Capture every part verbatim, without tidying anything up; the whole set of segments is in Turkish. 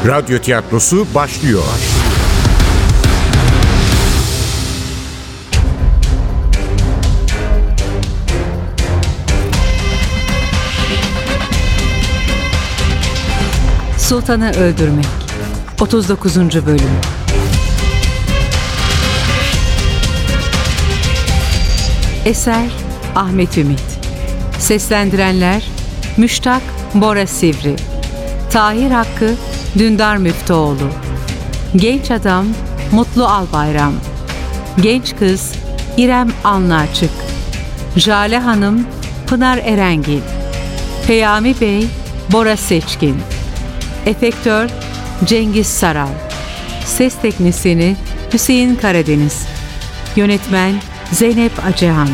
Radyo tiyatrosu başlıyor. Sultanı Öldürmek otuz dokuzuncu Bölüm. Eser Ahmet Ümit. Seslendirenler Müştak Bora Sivri, Tahir Hakkı Dündar Müftüoğlu, Genç Adam Mutlu Albayram, Genç Kız İrem Anlaçık, Jale Hanım Pınar Erengil, Peyami Bey Bora Seçkin, Efektör Cengiz Saral, Ses Teknisyeni Hüseyin Karadeniz, Yönetmen Zeynep Acehan.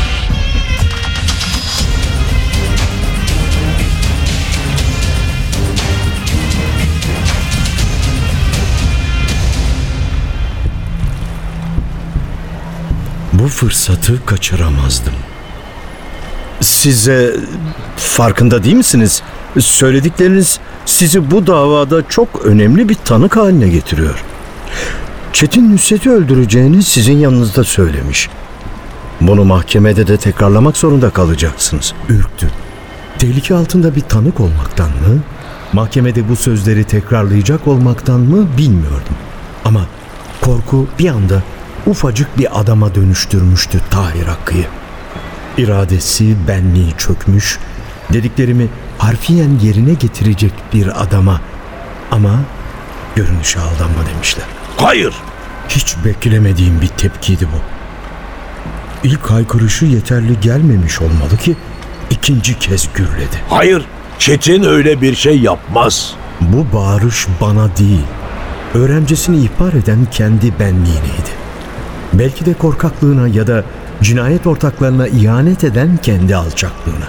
Bu fırsatı kaçıramazdım. Size farkında değil misiniz? Söyledikleriniz sizi bu davada çok önemli bir tanık haline getiriyor. Çetin Nusret'i öldüreceğini sizin yanınızda söylemiş. Bunu mahkemede de tekrarlamak zorunda kalacaksınız. Ürktü. Tehlike altında bir tanık olmaktan mı, mahkemede bu sözleri tekrarlayacak olmaktan mı bilmiyordum. Ama korku bir anda ufacık bir adama dönüştürmüştü Tahir Hakkı'yı. İradesi, benliği çökmüş, dediklerimi harfiyen yerine getirecek bir adama, ama görünüşe aldanma demişler. Hayır! Hiç beklemediğim bir tepkiydi bu. İlk haykırışı yeterli gelmemiş olmalı ki ikinci kez gürledi. Hayır! Çetin öyle bir şey yapmaz. Bu bağırış bana değil, öğrencisini ihbar eden kendi benliğineydi. Belki de korkaklığına ya da cinayet ortaklarına ihanet eden kendi alçaklığına.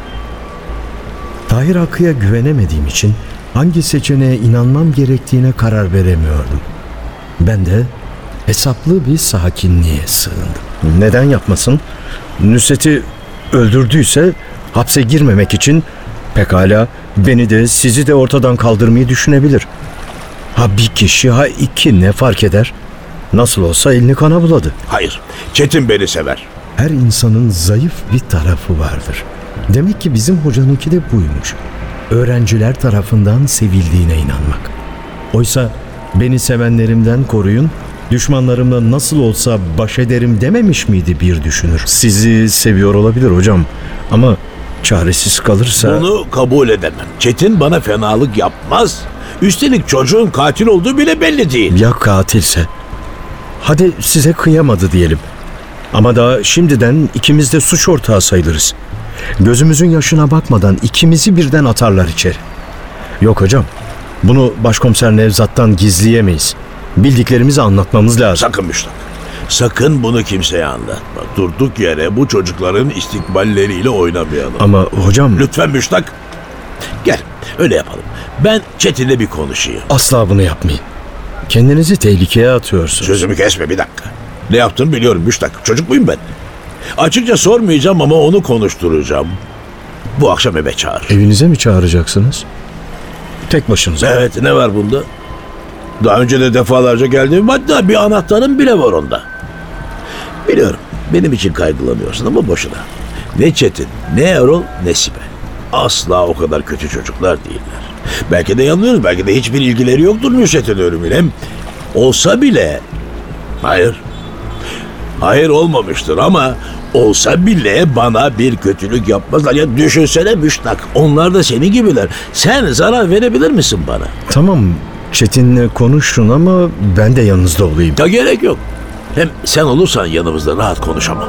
Tahir Hakkı'ya güvenemediğim için hangi seçeneğe inanmam gerektiğine karar veremiyordum. Ben de hesaplı bir sakinliğe sığındım. Neden yapmasın? Nusret'i öldürdüyse hapse girmemek için pekala beni de sizi de ortadan kaldırmayı düşünebilir. Ha bir kişi ha iki, ne fark eder? Nasıl olsa elini kana buladı. Hayır, Çetin beni sever. Her insanın zayıf bir tarafı vardır. Demek ki bizim hocanınki de buymuş. Öğrenciler tarafından sevildiğine inanmak. Oysa beni sevenlerimden koruyun, düşmanlarımla nasıl olsa baş ederim dememiş miydi bir düşünür? Sizi seviyor olabilir hocam, ama çaresiz kalırsa... Bunu kabul edemem. Çetin bana fenalık yapmaz. Üstelik çocuğun katil olduğu bile belli değil. Ya katilse? Hadi size kıyamadı diyelim. Ama daha şimdiden ikimiz de suç ortağı sayılırız. Gözümüzün yaşına bakmadan ikimizi birden atarlar içeri. Yok hocam, bunu Başkomiser Nevzat'tan gizleyemeyiz. Bildiklerimizi anlatmamız lazım. Sakın Müştak. Sakın bunu kimseye anlatma. Durduk yere bu çocukların istikballeriyle oynamayalım. Ama hocam... Lütfen Müştak. Gel, öyle yapalım. Ben Çetin'le bir konuşayım. Asla bunu yapmayın. Kendinizi tehlikeye atıyorsunuz. Sözümü kesme, bir dakika. Ne yaptığını biliyorum Müştak. Çocuk muyum ben? Açıkça sormayacağım ama onu konuşturacağım. Bu akşam eve çağır. Evinize mi çağıracaksınız? Tek başınıza. Evet, ne var bunda? Daha önce de defalarca geldim. Hatta bir anahtarım bile var onda. Biliyorum, benim için kaygılanıyorsun ama boşuna. Ne Çetin, ne Erol, ne Sibel. Asla o kadar kötü çocuklar değiller. Belki de yanılıyoruz, belki de hiçbir ilgileri yoktur Nusret'in ölümüyle. Olsa bile... Hayır. Hayır, olmamıştır ama olsa bile bana bir kötülük yapmazlar. Ya düşünsene Müştak, onlar da senin gibiler. Sen zarar verebilir misin bana? Tamam, Çetin'le konuşun ama ben de yanınızda olayım. Ya gerek yok. Hem sen olursan yanımızda rahat konuşamam.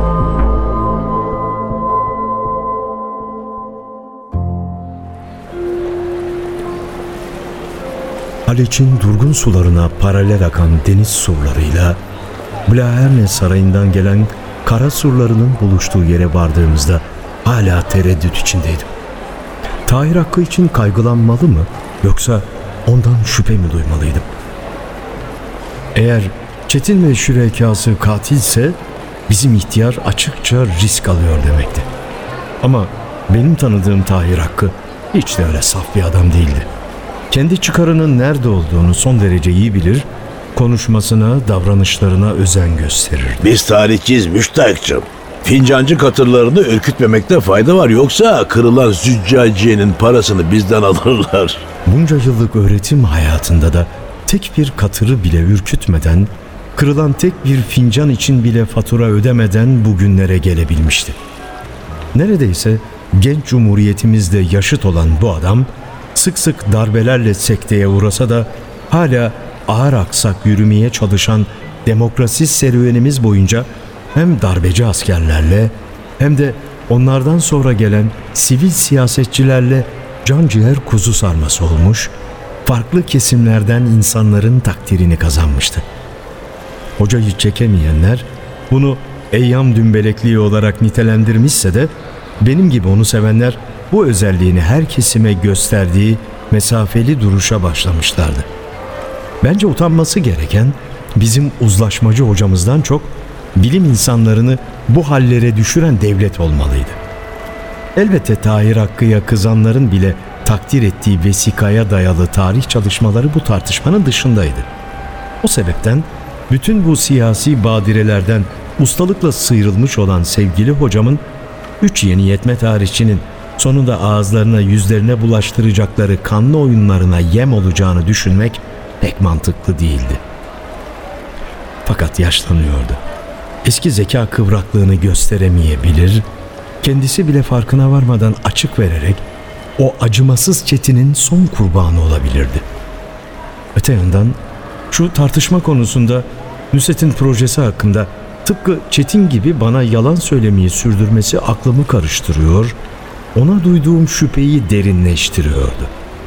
Haliç'in durgun sularına paralel akan deniz surlarıyla Blaherne Sarayı'ndan gelen kara surlarının buluştuğu yere vardığımızda hala tereddüt içindeydim. Tahir Hakkı için kaygılanmalı mı, yoksa ondan şüphe mi duymalıydım? Eğer Çetin ve şürekası katilse bizim ihtiyar açıkça risk alıyor demekti. Ama benim tanıdığım Tahir Hakkı hiç de öyle saf bir adam değildi. Kendi çıkarının nerede olduğunu son derece iyi bilir, konuşmasına, davranışlarına özen gösterirdi. Biz tarihçiyiz Müştakçım. Fincancı katırlarını ürkütmemekte fayda var. Yoksa kırılan züccaciyenin parasını bizden alırlar. Bunca yıllık öğretim hayatında da tek bir katırı bile ürkütmeden, kırılan tek bir fincan için bile fatura ödemeden bugünlere gelebilmişti. Neredeyse genç cumhuriyetimizde yaşıt olan bu adam, sık sık darbelerle sekteye uğrasa da hala ağır aksak yürümeye çalışan demokrasi serüvenimiz boyunca hem darbeci askerlerle hem de onlardan sonra gelen sivil siyasetçilerle can ciğer kuzu sarması olmuş, farklı kesimlerden insanların takdirini kazanmıştı. Hocayı çekemeyenler bunu eyyam dümbelekliği olarak nitelendirmişse de benim gibi onu sevenler bu özelliğini her kesime gösterdiği mesafeli duruşa başlamışlardı. Bence utanması gereken bizim uzlaşmacı hocamızdan çok bilim insanlarını bu hallere düşüren devlet olmalıydı. Elbette Tahir Hakkı'ya kızanların bile takdir ettiği vesikaya dayalı tarih çalışmaları bu tartışmanın dışındaydı. O sebepten bütün bu siyasi badirelerden ustalıkla sıyrılmış olan sevgili hocamın üç yeni yetme tarihçinin sonunda ağızlarına yüzlerine bulaştıracakları kanlı oyunlarına yem olacağını düşünmek pek mantıklı değildi. Fakat yaşlanıyordu. Eski zeka kıvraklığını gösteremeyebilir, kendisi bile farkına varmadan açık vererek o acımasız çetinin son kurbanı olabilirdi. Öte yandan şu tartışma konusunda Nusret'in projesi hakkında tıpkı Çetin gibi bana yalan söylemeyi sürdürmesi aklımı karıştırıyor, ona duyduğum şüpheyi derinleştiriyordu.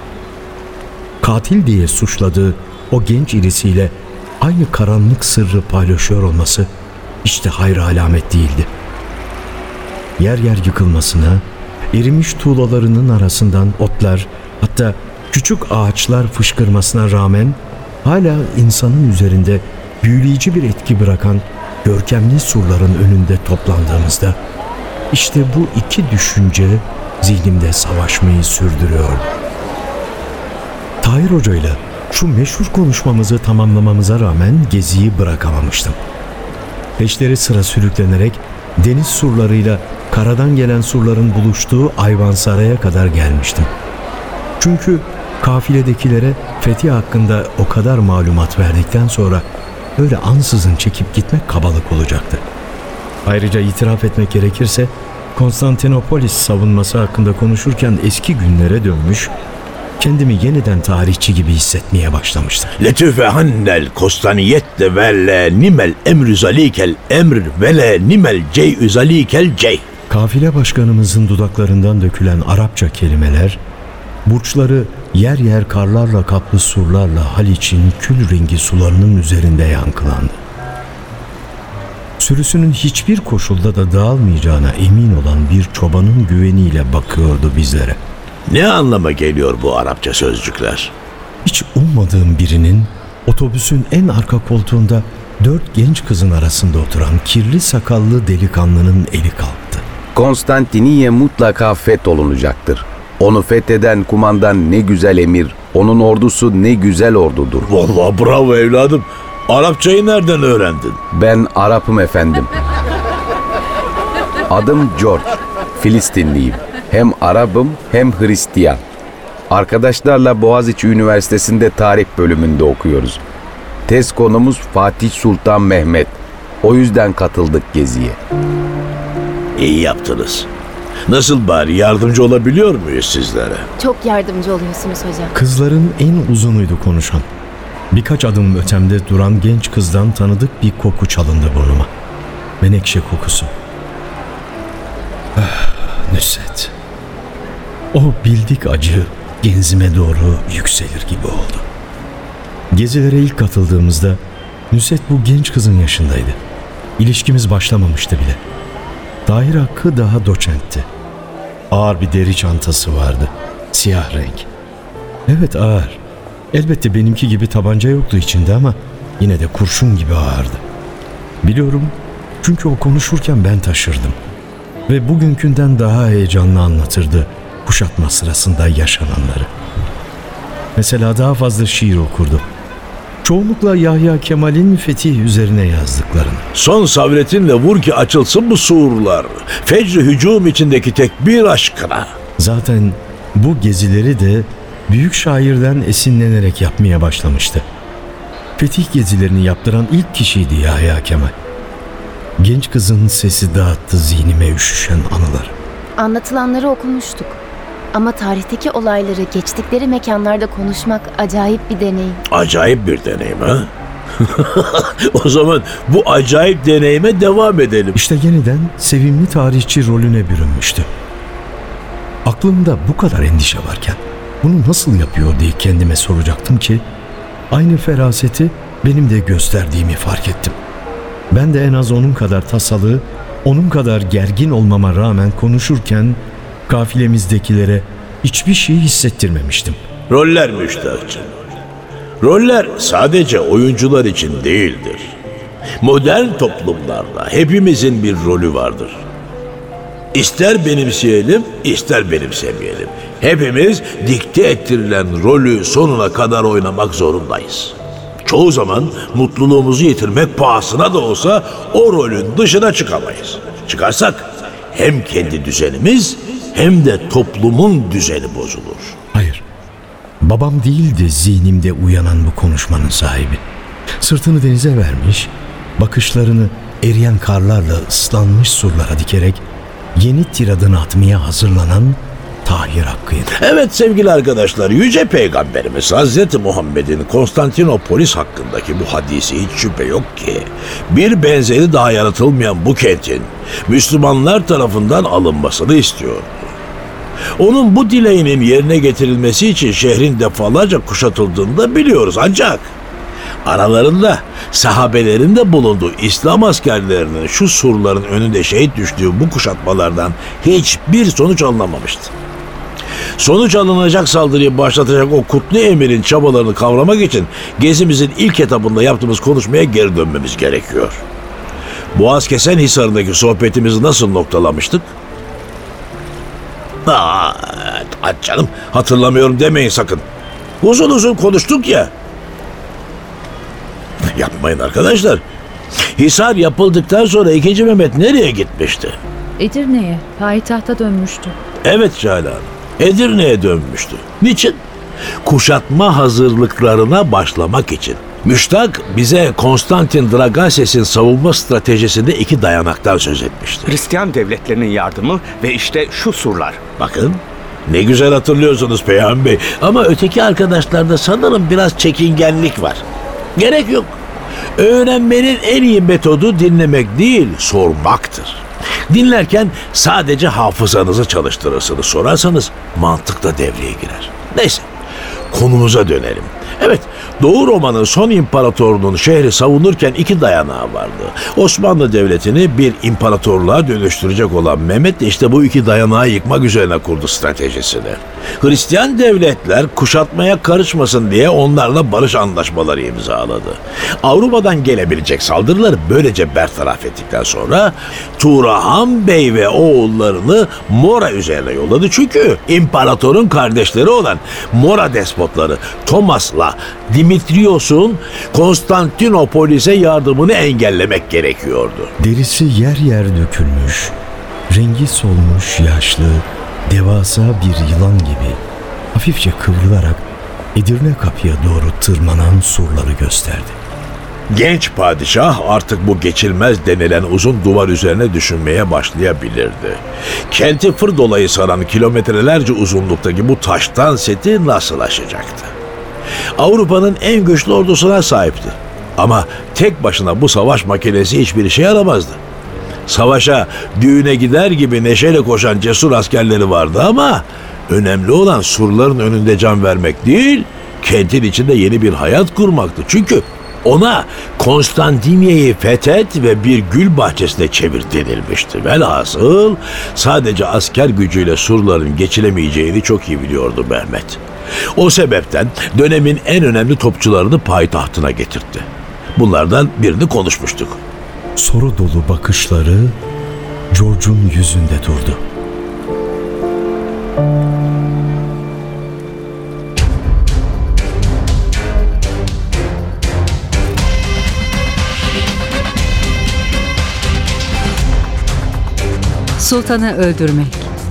Katil diye suçladığı o genç irisiyle aynı karanlık sırrı paylaşıyor olması işte hayra alamet değildi. Yer yer yıkılmasına, erimiş tuğlalarının arasından otlar, hatta küçük ağaçlar fışkırmasına rağmen hala insanın üzerinde büyüleyici bir etki bırakan görkemli surların önünde toplandığımızda işte bu iki düşünce zihnimde savaşmayı sürdürüyordu. Tahir Hoca ile şu meşhur konuşmamızı tamamlamamıza rağmen geziyi bırakamamıştım. Peşleri sıra sürüklenerek deniz surlarıyla karadan gelen surların buluştuğu Ayvansaray'a kadar gelmiştim. Çünkü kafiledekilere fethi hakkında o kadar malumat verdikten sonra öyle ansızın çekip gitmek kabalık olacaktı. Ayrıca itiraf etmek gerekirse Konstantinopolis savunması hakkında konuşurken eski günlere dönmüş, kendimi yeniden tarihçi gibi hissetmeye başlamıştım. Letüfe hannel kostaniyette velle nimel emrü zalikel emr vele nimel cey'ü zalikel cey. Kafile başkanımızın dudaklarından dökülen Arapça kelimeler, burçları yer yer karlarla kaplı surlarla Haliç'in kül rengi sularının üzerinde yankılandı. Sürüsünün hiçbir koşulda da dağılmayacağına emin olan bir çobanın güveniyle bakıyordu bizlere. Ne anlama geliyor bu Arapça sözcükler? Hiç ummadığım birinin otobüsün en arka koltuğunda dört genç kızın arasında oturan kirli sakallı delikanlının eli kalktı. Konstantiniye mutlaka fetholunacaktır. Onu fetheden kumandan ne güzel emir, onun ordusu ne güzel ordudur. Vallahi bravo evladım. Arapçayı nereden öğrendin? Ben Arap'ım efendim. Adım George, Filistinliyim. Hem Arap'ım hem Hristiyan. Arkadaşlarla Boğaziçi Üniversitesi'nde tarih bölümünde okuyoruz. Tez konumuz Fatih Sultan Mehmet. O yüzden katıldık geziye. İyi yaptınız. Nasıl bari yardımcı olabiliyor muyuz sizlere? Çok yardımcı oluyorsunuz hocam. Kızların en uzunuydu konuşan. Birkaç adım ötemde duran genç kızdan tanıdık bir koku çalındı burnuma. Menekşe kokusu. Ah, Nusret. O bildik acı genzime doğru yükselir gibi oldu. Gezilere ilk katıldığımızda Nusret bu genç kızın yaşındaydı. İlişkimiz başlamamıştı bile. Tahir Hakkı daha doçentti. Ağır bir deri çantası vardı. Siyah renk. Evet ağır. Elbette benimki gibi tabanca yoktu içinde ama yine de kurşun gibi ağırdı. Biliyorum çünkü o konuşurken ben taşırdım. Ve bugünkünden daha heyecanlı anlatırdı kuşatma sırasında yaşananları. Mesela daha fazla şiir okurdu. Çoğunlukla Yahya Kemal'in fetih üzerine yazdıklarını. Son savretinle vur ki açılsın bu surlar. Fecri hücum içindeki tekbir aşkına. Zaten bu gezileri de büyük şairden esinlenerek yapmaya başlamıştı. Fetih gezilerini yaptıran ilk kişiydi Yahya Kemal. Genç kızın sesi dağıttı zihnime üşüşen anılar. Anlatılanları okumuştuk. Ama tarihteki olayları geçtikleri mekanlarda konuşmak acayip bir deneyim. Acayip bir deneyim ha? O zaman bu acayip deneyime devam edelim. İşte yeniden sevimli tarihçi rolüne bürünmüştü. Aklımda bu kadar endişe varken bunu nasıl yapıyor diye kendime soracaktım ki aynı feraseti benim de gösterdiğimi fark ettim. Ben de en az onun kadar tasalı, onun kadar gergin olmama rağmen konuşurken kafilemіздekilere hiçbir şey hissettirmemiştim. Roller Müştahçı. Roller sadece oyuncular için değildir. Modern toplumlarda hepimizin bir rolü vardır. İster benimseyelim, ister benimsemeyelim. Hepimiz dikte ettirilen rolü sonuna kadar oynamak zorundayız. Çoğu zaman mutluluğumuzu yitirmek pahasına da olsa o rolün dışına çıkamayız. Çıkarsak hem kendi düzenimiz hem de toplumun düzeni bozulur. Hayır, babam değildi zihnimde uyanan bu konuşmanın sahibi. Sırtını denize vermiş, bakışlarını eriyen karlarla ıslanmış surlara dikerek yeni tiradını atmaya hazırlanan Tahir Hakkı'ydı. Evet sevgili arkadaşlar, Yüce Peygamberimiz Hazreti Muhammed'in Konstantinopolis hakkındaki bu hadisi hiç şüphe yok ki bir benzeri daha yaratılmayan bu kentin Müslümanlar tarafından alınmasını istiyordu. Onun bu dileğinin yerine getirilmesi için şehrin defalarca kuşatıldığını da biliyoruz ancak aralarında sahabelerin de bulunduğu İslam askerlerinin şu surların önünde şehit düştüğü bu kuşatmalardan hiçbir sonuç alınamamıştı. Sonuç alınacak saldırıyı başlatacak o kutlu emirin çabalarını kavramak için gezimizin ilk etapında yaptığımız konuşmaya geri dönmemiz gerekiyor. Boğazkesen Hisarı'ndaki sohbetimizi nasıl noktalamıştık? Aa, evet, canım hatırlamıyorum demeyin sakın. Uzun uzun konuştuk ya. Yapmayın arkadaşlar. Hisar yapıldıktan sonra ikinci Mehmet nereye gitmişti? Edirne'ye, payitahta dönmüştü. Evet Şahane Hanım, Edirne'ye dönmüştü. Niçin? Kuşatma hazırlıklarına başlamak için. Müştak bize Konstantin Dragases'in savunma stratejisinde iki dayanaktan söz etmişti. Hristiyan devletlerinin yardımı ve işte şu surlar. Bakın, ne güzel hatırlıyorsunuz Peyami Bey. Ama öteki arkadaşlarda sanırım biraz çekingenlik var. Gerek yok. Öğrenmenin en iyi metodu dinlemek değil, sormaktır. Dinlerken sadece hafızanızı çalıştırırsınız. Sorarsanız mantık da devreye girer. Neyse, konumuza dönelim. Evet, Doğu Roma'nın son imparatorunun şehri savunurken iki dayanağı vardı. Osmanlı Devleti'ni bir imparatorluğa dönüştürecek olan Mehmet de işte bu iki dayanağı yıkmak üzerine kurdu stratejisini. Hristiyan devletler kuşatmaya karışmasın diye onlarla barış anlaşmaları imzaladı. Avrupa'dan gelebilecek saldırıları böylece bertaraf ettikten sonra Turahan Bey ve oğullarını Mora üzerine yolladı. Çünkü imparatorun kardeşleri olan Mora despotları Thomas'la Dimitrios'un Konstantinopolis'e yardımını engellemek gerekiyordu. Derisi yer yer dökülmüş, rengi solmuş yaşlı, devasa bir yılan gibi hafifçe kıvrılarak Edirne kapıya doğru tırmanan surları gösterdi. Genç padişah artık bu geçilmez denilen uzun duvar üzerine düşünmeye başlayabilirdi. Kenti fır dolayı saran kilometrelerce uzunluktaki bu taştan seti nasıl aşacaktı? Avrupa'nın en güçlü ordusuna sahipti. Ama tek başına bu savaş makinesi hiçbir işe yaramazdı. Savaşa düğüne gider gibi neşeyle koşan cesur askerleri vardı ama önemli olan surların önünde can vermek değil, kentin içinde yeni bir hayat kurmaktı. Çünkü ona Konstantinye'yi fethet ve bir gül bahçesine çevir denilmişti. Velhasıl sadece asker gücüyle surların geçilemeyeceğini çok iyi biliyordu Mehmet. O sebepten dönemin en önemli topçularını payitahtına getirtti. Bunlardan birini konuşmuştuk. Soru dolu bakışları George'un yüzünde durdu. Sultanı öldürmek.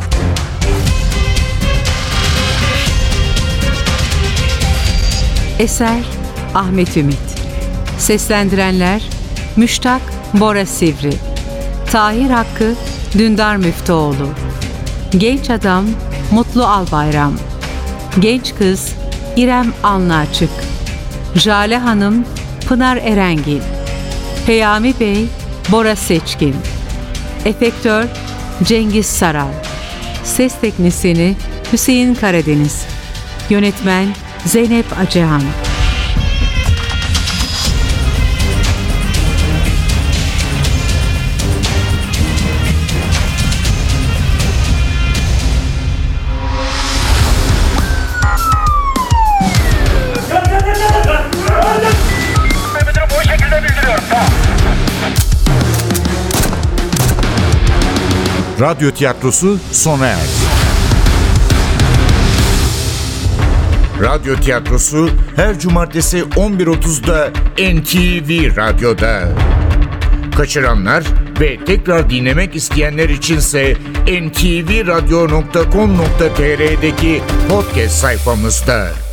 Eser Ahmet Ümit. Seslendirenler Müştak Bora Sivri, Tahir Hakkı Dündar Müftüoğlu, Genç Adam Mutlu Albayram, Genç Kız İrem Anlaçık, Jale Hanım Pınar Erengil, Peyami Bey Bora Seçkin, Efektör Cengiz Saral, Ses Teknisyeni Hüseyin Karadeniz, Yönetmen Zeynep Acehan. Radyo tiyatrosu sona erdi. Radyo tiyatrosu her cumartesi on bir otuzda N T V Radyo'da. Kaçıranlar ve tekrar dinlemek isteyenler içinse en ti vi radyo nokta com nokta tr''deki podcast sayfamızda.